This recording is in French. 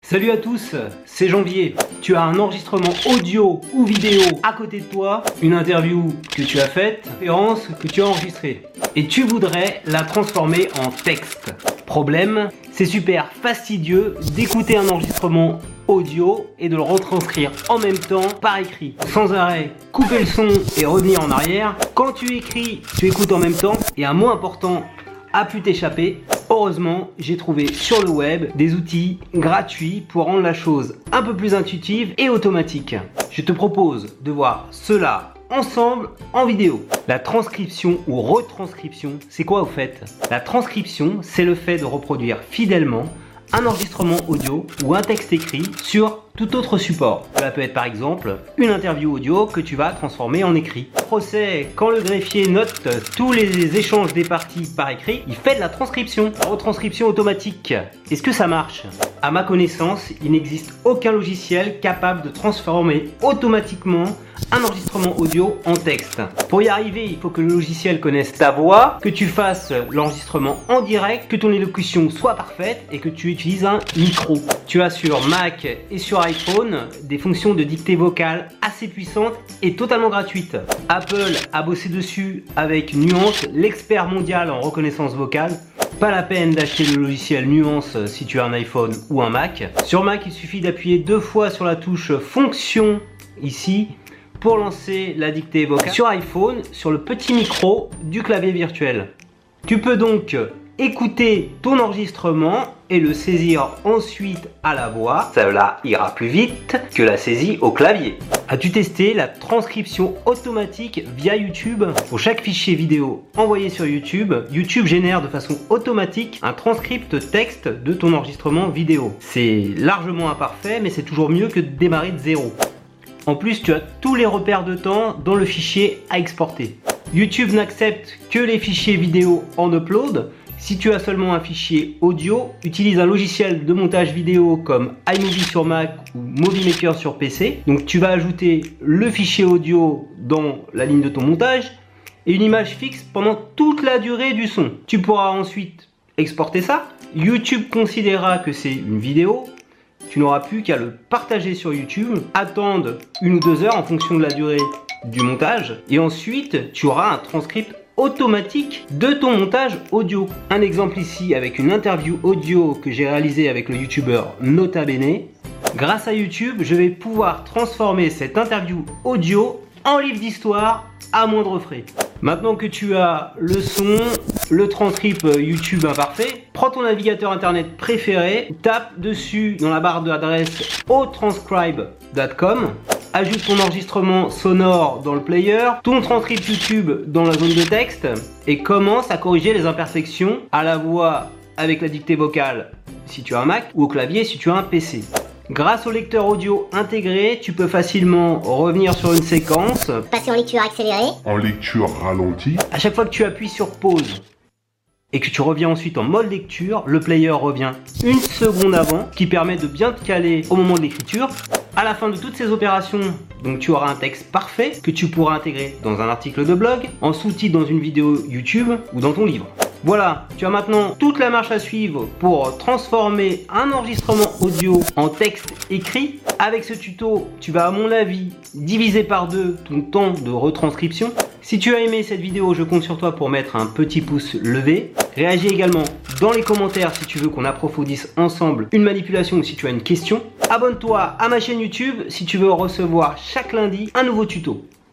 Salut à tous, c'est Janvier. Tu as un enregistrement audio ou vidéo à côté de toi, une interview que tu as faite, une conférence que tu as enregistrée, et tu voudrais la transformer en texte. Problème, c'est super fastidieux d'écouter un enregistrement audio et de le retranscrire en même temps par écrit. Sans arrêt, couper le son et revenir en arrière. Quand tu écris, tu écoutes en même temps et un mot important a pu t'échapper. Heureusement, j'ai trouvé sur le web des outils gratuits pour rendre la chose un peu plus intuitive et automatique. Je te propose de voir cela ensemble en vidéo. La transcription ou retranscription, c'est quoi au fait? La transcription, c'est le fait de reproduire fidèlement un enregistrement audio ou un texte écrit sur tout autre support. Cela peut être par exemple une interview audio que tu vas transformer en écrit. Procès, quand le greffier note tous les échanges des parties par écrit, il fait de la transcription. La retranscription automatique, est-ce que ça marche? À ma connaissance, il n'existe aucun logiciel capable de transformer automatiquement un enregistrement audio en texte. Pour y arriver, il faut que le logiciel connaisse ta voix, que tu fasses l'enregistrement en direct, que ton élocution soit parfaite et que tu utilises un micro. Tu as sur Mac et sur iPhone des fonctions de dictée vocale assez puissantes et totalement gratuites. Apple a bossé dessus avec Nuance, l'expert mondial en reconnaissance vocale. Pas la peine d'acheter le logiciel Nuance si tu as un iPhone ou un Mac. Sur Mac, il suffit d'appuyer 2 fois sur la touche fonction ici pour lancer la dictée vocale. Sur iPhone, sur le petit micro du clavier virtuel. Tu peux donc écouter ton enregistrement et le saisir ensuite à la voix. Cela ira plus vite que la saisie au clavier. As-tu testé la transcription automatique via YouTube? Pour chaque fichier vidéo envoyé sur YouTube, YouTube génère de façon automatique un transcript texte de ton enregistrement vidéo. C'est largement imparfait, mais c'est toujours mieux que de démarrer de zéro. En plus, tu as tous les repères de temps dans le fichier à exporter. YouTube n'accepte que les fichiers vidéo en upload. Si tu as seulement un fichier audio, utilise un logiciel de montage vidéo comme iMovie sur Mac ou Movie Maker sur PC. Donc tu vas ajouter le fichier audio dans la ligne de ton montage et une image fixe pendant toute la durée du son. Tu pourras ensuite exporter ça. YouTube considérera que c'est une vidéo. Tu n'auras plus qu'à le partager sur YouTube, attendre 1 ou 2 heures en fonction de la durée du montage et ensuite tu auras un transcript automatique de ton montage audio. Un exemple ici avec une interview audio que j'ai réalisée avec le youtubeur Nota Bene. Grâce à YouTube, je vais pouvoir transformer cette interview audio en livre d'histoire à moindre frais. Maintenant que tu as le son, le transcript YouTube imparfait, prends ton navigateur internet préféré, tape dessus dans la barre d'adresse otranscribe.com, ajoute ton enregistrement sonore dans le player, ton transcript YouTube dans la zone de texte et commence à corriger les imperfections à la voix avec la dictée vocale si tu as un Mac ou au clavier si tu as un PC. Grâce au lecteur audio intégré, tu peux facilement revenir sur une séquence, passer en lecture accélérée, en lecture ralentie. À chaque fois que tu appuies sur pause et que tu reviens ensuite en mode lecture, le player revient 1 seconde avant, qui permet de bien te caler au moment de l'écriture. À la fin de toutes ces opérations, donc tu auras un texte parfait que tu pourras intégrer dans un article de blog, en sous-titre dans une vidéo YouTube ou dans ton livre. Voilà, tu as maintenant toute la marche à suivre pour transformer un enregistrement audio en texte écrit. Avec ce tuto, tu vas à mon avis diviser par 2 ton temps de retranscription. Si tu as aimé cette vidéo, je compte sur toi pour mettre un petit pouce levé. Réagis également dans les commentaires si tu veux qu'on approfondisse ensemble une manipulation ou si tu as une question. Abonne-toi à ma chaîne YouTube si tu veux recevoir chaque lundi un nouveau tuto.